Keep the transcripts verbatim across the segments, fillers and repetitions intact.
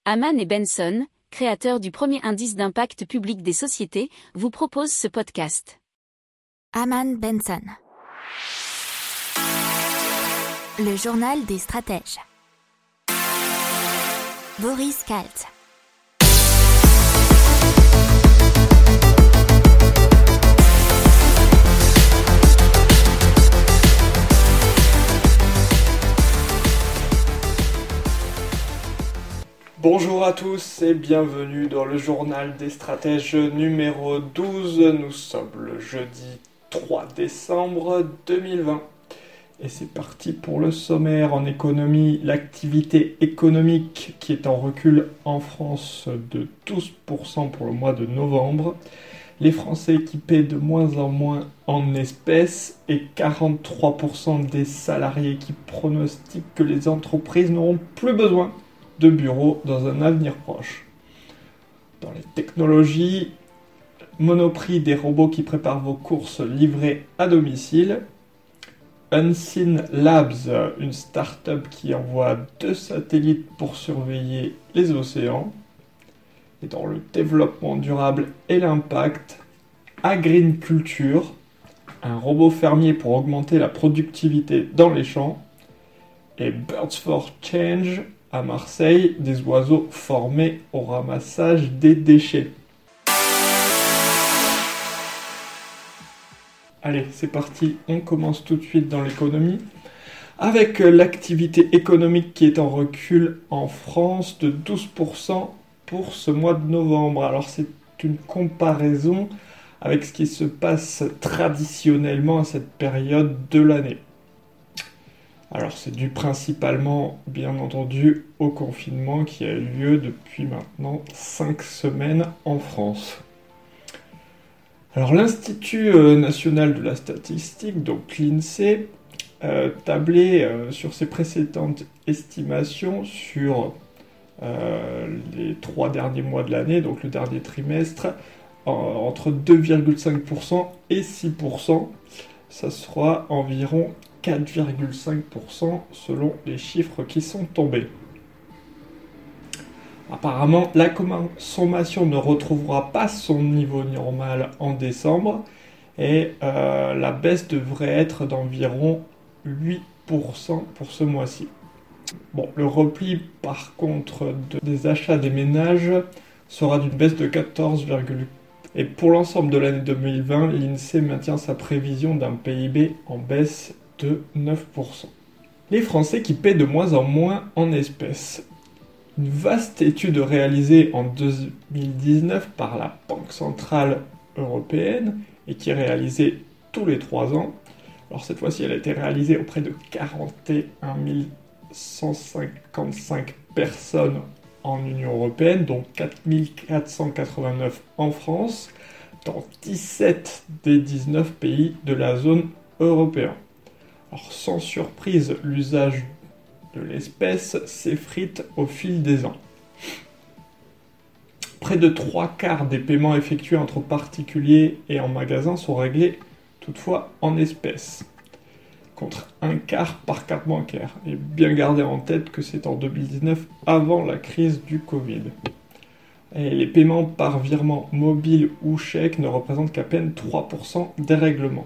Hamann et Benson, créateurs du premier indice d'impact public des sociétés, vous proposent ce podcast. Hamann Benson. Le journal des stratèges. Boris Kalt. Bonjour à tous et bienvenue dans le journal des stratèges numéro douze. Nous sommes le jeudi trois décembre deux mille vingt. Et c'est parti pour le sommaire. En économie, l'activité économique qui est en recul en France de douze pour cent pour le mois de novembre. Les Français qui paient de moins en moins en espèces et quarante-trois pour cent des salariés qui pronostiquent que les entreprises n'auront plus besoin de bureaux dans un avenir proche. Dans les technologies, Monoprix des robots qui préparent vos courses livrées à domicile. Unseen Labs, une start-up qui envoie deux satellites pour surveiller les océans. Et dans le développement durable et l'impact, Agriculture, un robot fermier pour augmenter la productivité dans les champs. Et Birds for Change, à Marseille, des oiseaux formés au ramassage des déchets. Allez, c'est parti, on commence tout de suite dans l'économie, avec l'activité économique qui est en recul en France de douze pour cent pour ce mois de novembre. Alors c'est une comparaison avec ce qui se passe traditionnellement à cette période de l'année. Alors c'est dû principalement, bien entendu, au confinement qui a eu lieu depuis maintenant cinq semaines en France. Alors l'Institut national de la statistique, donc l'INSEE, euh, tablait euh, sur ses précédentes estimations sur euh, les trois derniers mois de l'année, donc le dernier trimestre, en, entre deux virgule cinq pour cent et six pour cent. Ça sera environ quatre virgule cinq pour cent selon les chiffres qui sont tombés. Apparemment, la consommation ne retrouvera pas son niveau normal en décembre et euh, la baisse devrait être d'environ huit pour cent pour ce mois-ci. Bon, le repli par contre de, des achats des ménages sera d'une baisse de quatorze virgule huit pour cent. Et pour l'ensemble de l'année deux mille vingt, l'INSEE maintient sa prévision d'un P I B en baisse de neuf pour cent. Les Français qui paient de moins en moins en espèces. Une vaste étude réalisée en deux mille dix-neuf par la Banque Centrale Européenne et qui est réalisée tous les trois ans. Alors cette fois-ci, elle a été réalisée auprès de quarante et un mille cent cinquante-cinq personnes en Union Européenne, dont quatre mille quatre cent quatre-vingt-neuf en France, dans dix-sept des dix-neuf pays de la zone européenne. Alors sans surprise, l'usage de l'espèce s'effrite au fil des ans. Près de trois quarts des paiements effectués entre particuliers et en magasin sont réglés toutefois en espèces, contre un quart par carte bancaire. Et bien garder en tête que c'est en deux mille dix-neuf, avant la crise du Covid. Et les paiements par virement mobile ou chèque ne représentent qu'à peine trois pour cent des règlements.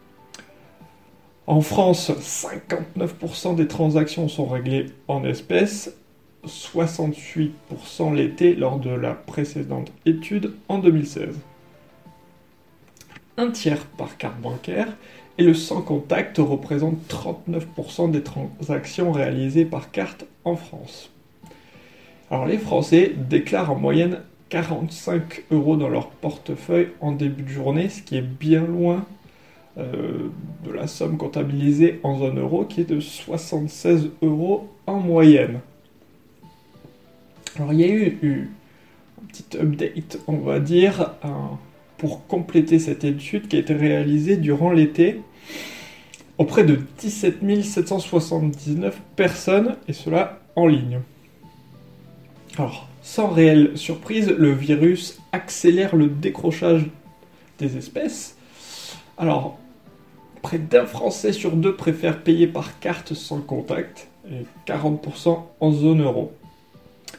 En France, cinquante-neuf pour cent des transactions sont réglées en espèces, soixante-huit pour cent l'étaient lors de la précédente étude en deux mille seize. Un tiers par carte bancaire et le sans contact représente trente-neuf pour cent des transactions réalisées par carte en France. Alors les Français déclarent en moyenne quarante-cinq euros dans leur portefeuille en début de journée, ce qui est bien loin Euh, de la somme comptabilisée en zone euro qui est de soixante-seize euros en moyenne. Alors il y a eu, eu un petit update, on va dire, un, pour compléter cette étude qui a été réalisée durant l'été auprès de dix-sept mille sept cent soixante-dix-neuf personnes, et cela en ligne. Alors, sans réelle surprise, le virus accélère le décrochage des espèces. Alors, près d'un Français sur deux préfère payer par carte sans contact, et quarante pour cent en zone euro.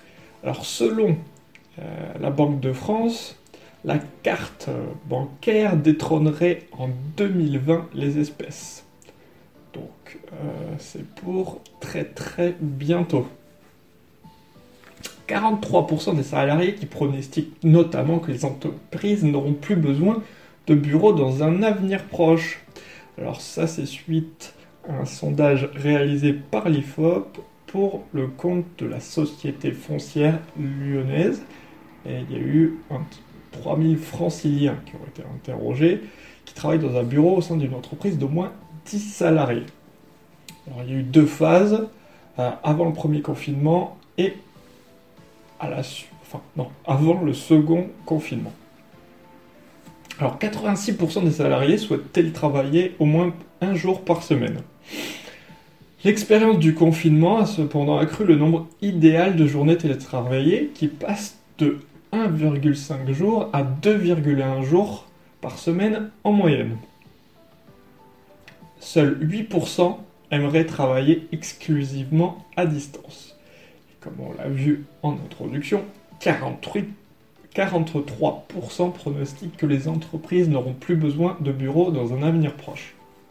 Alors selon euh, la Banque de France, la carte bancaire détrônerait en deux mille vingt les espèces. Donc euh, c'est pour très très bientôt. quarante-trois pour cent des salariés qui pronostiquent notamment que les entreprises n'auront plus besoin de bureaux dans un avenir proche. Alors ça, c'est suite à un sondage réalisé par l'I F O P pour le compte de la Société foncière lyonnaise. Et il y a eu trois mille franciliens qui ont été interrogés, qui travaillent dans un bureau au sein d'une entreprise d'au moins dix salariés. Alors il y a eu deux phases, euh, avant le premier confinement et à la su- enfin, non, avant le second confinement. Alors, quatre-vingt-six pour cent des salariés souhaitent télétravailler au moins un jour par semaine. L'expérience du confinement a cependant accru le nombre idéal de journées télétravaillées qui passe de un virgule cinq jours à deux virgule un jours par semaine en moyenne. Seuls huit pour cent aimeraient travailler exclusivement à distance. Comme on l'a vu en introduction, quarante-trois pour cent pronostiquent que les entreprises n'auront plus besoin de bureaux dans un avenir proche.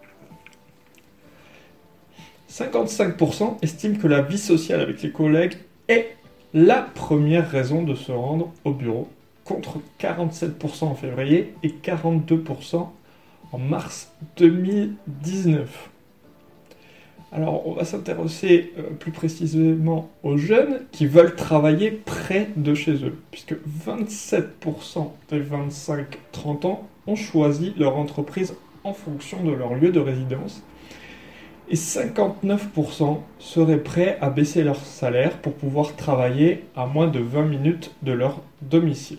cinquante-cinq pour cent estiment que la vie sociale avec les collègues est la première raison de se rendre au bureau, contre quarante-sept pour cent en février et quarante-deux pour cent en mars deux mille dix-neuf. Alors, on va s'intéresser euh, plus précisément aux jeunes qui veulent travailler près de chez eux, puisque vingt-sept pour cent des vingt-cinq à trente ans ont choisi leur entreprise en fonction de leur lieu de résidence, et cinquante-neuf pour cent seraient prêts à baisser leur salaire pour pouvoir travailler à moins de vingt minutes de leur domicile.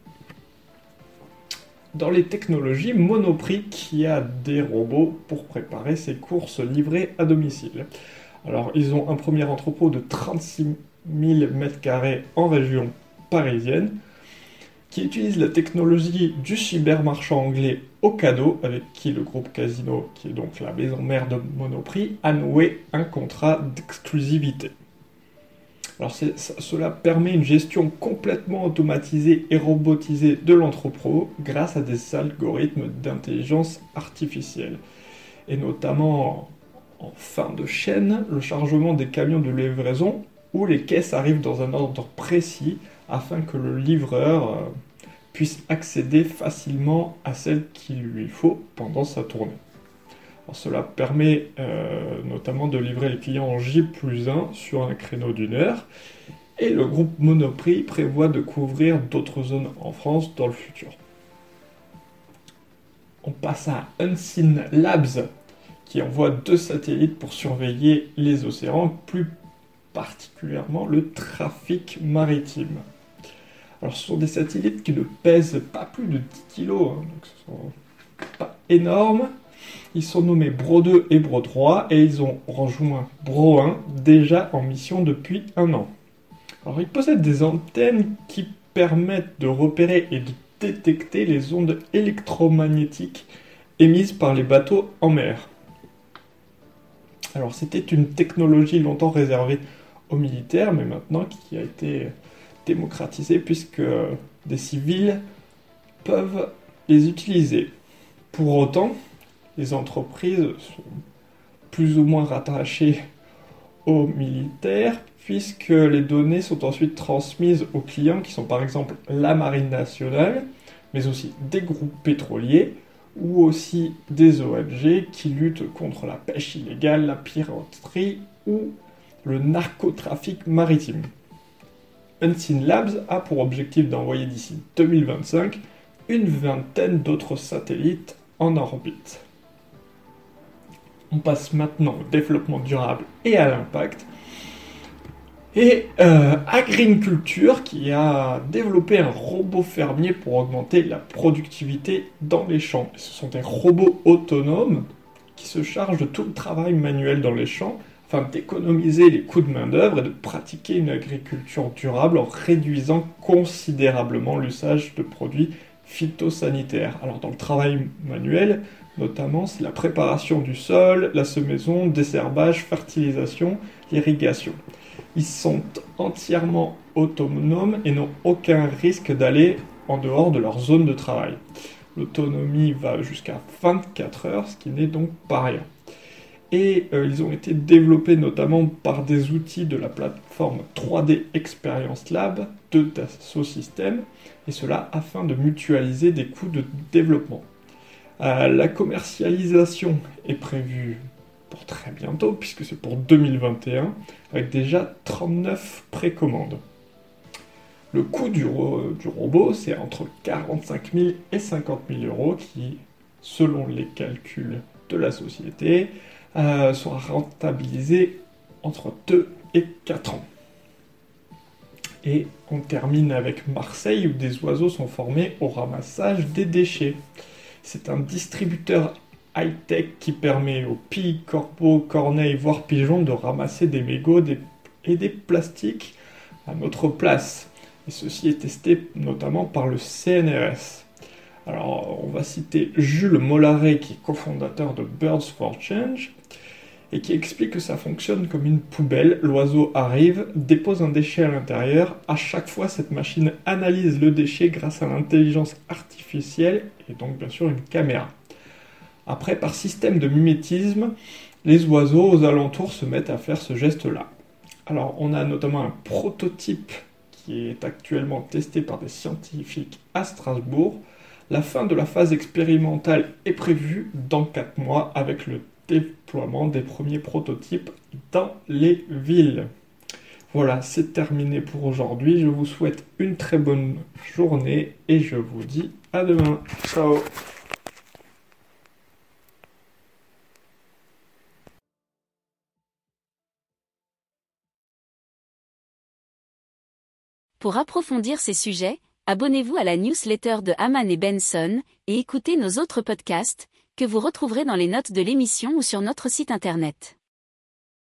Dans les technologies, Monoprix qui a des robots pour préparer ses courses livrées à domicile. Alors, ils ont un premier entrepôt de trente-six mille mètres carrés en région parisienne qui utilise la technologie du cybermarchand anglais Ocado, avec qui le groupe Casino, qui est donc la maison mère de Monoprix, a noué un contrat d'exclusivité. Alors c'est, ça, cela permet une gestion complètement automatisée et robotisée de l'entrepôt grâce à des algorithmes d'intelligence artificielle. Et notamment en, en fin de chaîne, le chargement des camions de livraison où les caisses arrivent dans un ordre précis afin que le livreur euh, puisse accéder facilement à celle qu'il lui faut pendant sa tournée. Alors, cela permet euh, notamment de livrer les clients en J plus un sur un créneau d'une heure. Et le groupe Monoprix prévoit de couvrir d'autres zones en France dans le futur. On passe à Unseen Labs, qui envoie deux satellites pour surveiller les océans, plus particulièrement le trafic maritime. Alors ce sont des satellites qui ne pèsent pas plus de dix kilos, hein, donc ce sont pas énormes. Ils sont nommés Bro deux et Bro trois et ils ont rejoint Bro un déjà en mission depuis un an. Alors ils possèdent des antennes qui permettent de repérer et de détecter les ondes électromagnétiques émises par les bateaux en mer. Alors c'était une technologie longtemps réservée aux militaires, mais maintenant qui a été démocratisée puisque des civils peuvent les utiliser. Pour autant, les entreprises sont plus ou moins rattachées aux militaires, puisque les données sont ensuite transmises aux clients, qui sont par exemple la Marine nationale, mais aussi des groupes pétroliers, ou aussi des O N G qui luttent contre la pêche illégale, la piraterie ou le narcotrafic maritime. Unseen Labs a pour objectif d'envoyer d'ici deux mille vingt-cinq une vingtaine d'autres satellites en orbite. On passe maintenant au développement durable et à l'impact. Et euh, Agriculture qui a développé un robot fermier pour augmenter la productivité dans les champs. Ce sont des robots autonomes qui se chargent de tout le travail manuel dans les champs afin d'économiser les coûts de main-d'œuvre et de pratiquer une agriculture durable en réduisant considérablement l'usage de produits phytosanitaires. Alors dans le travail manuel, notamment, c'est la préparation du sol, la semaison, desherbage, fertilisation, l'irrigation. Ils sont entièrement autonomes et n'ont aucun risque d'aller en dehors de leur zone de travail. L'autonomie va jusqu'à vingt-quatre heures, ce qui n'est donc pas rien. Et euh, ils ont été développés notamment par des outils de la plateforme trois D Experience Lab de Dassault Systèmes, et cela afin de mutualiser des coûts de développement. Euh, la commercialisation est prévue pour très bientôt, puisque c'est pour deux mille vingt et un, avec déjà trente-neuf précommandes. Le coût du, ro- du robot, c'est entre quarante-cinq mille et cinquante mille euros, qui, selon les calculs de la société, euh, sera rentabilisé entre deux et quatre ans. Et on termine avec Marseille, où des oiseaux sont formés au ramassage des déchets. C'est un distributeur high-tech qui permet aux pies, corbeaux, corneilles, voire pigeons de ramasser des mégots des- et des plastiques à notre place. Et ceci est testé notamment par le C N R S. Alors, on va citer Jules Mollaret, qui est cofondateur de Birds for Change, et qui explique que ça fonctionne comme une poubelle. L'oiseau arrive, dépose un déchet à l'intérieur. À chaque fois, cette machine analyse le déchet grâce à l'intelligence artificielle, et donc bien sûr une caméra. Après, par système de mimétisme, les oiseaux aux alentours se mettent à faire ce geste-là. Alors, on a notamment un prototype qui est actuellement testé par des scientifiques à Strasbourg. La fin de la phase expérimentale est prévue dans quatre mois avec le déploiement des premiers prototypes dans les villes. Voilà, c'est terminé pour aujourd'hui. Je vous souhaite une très bonne journée et je vous dis à demain. Ciao! Pour approfondir ces sujets, abonnez-vous à la newsletter de Hamann et Benson et écoutez nos autres podcasts que vous retrouverez dans les notes de l'émission ou sur notre site internet.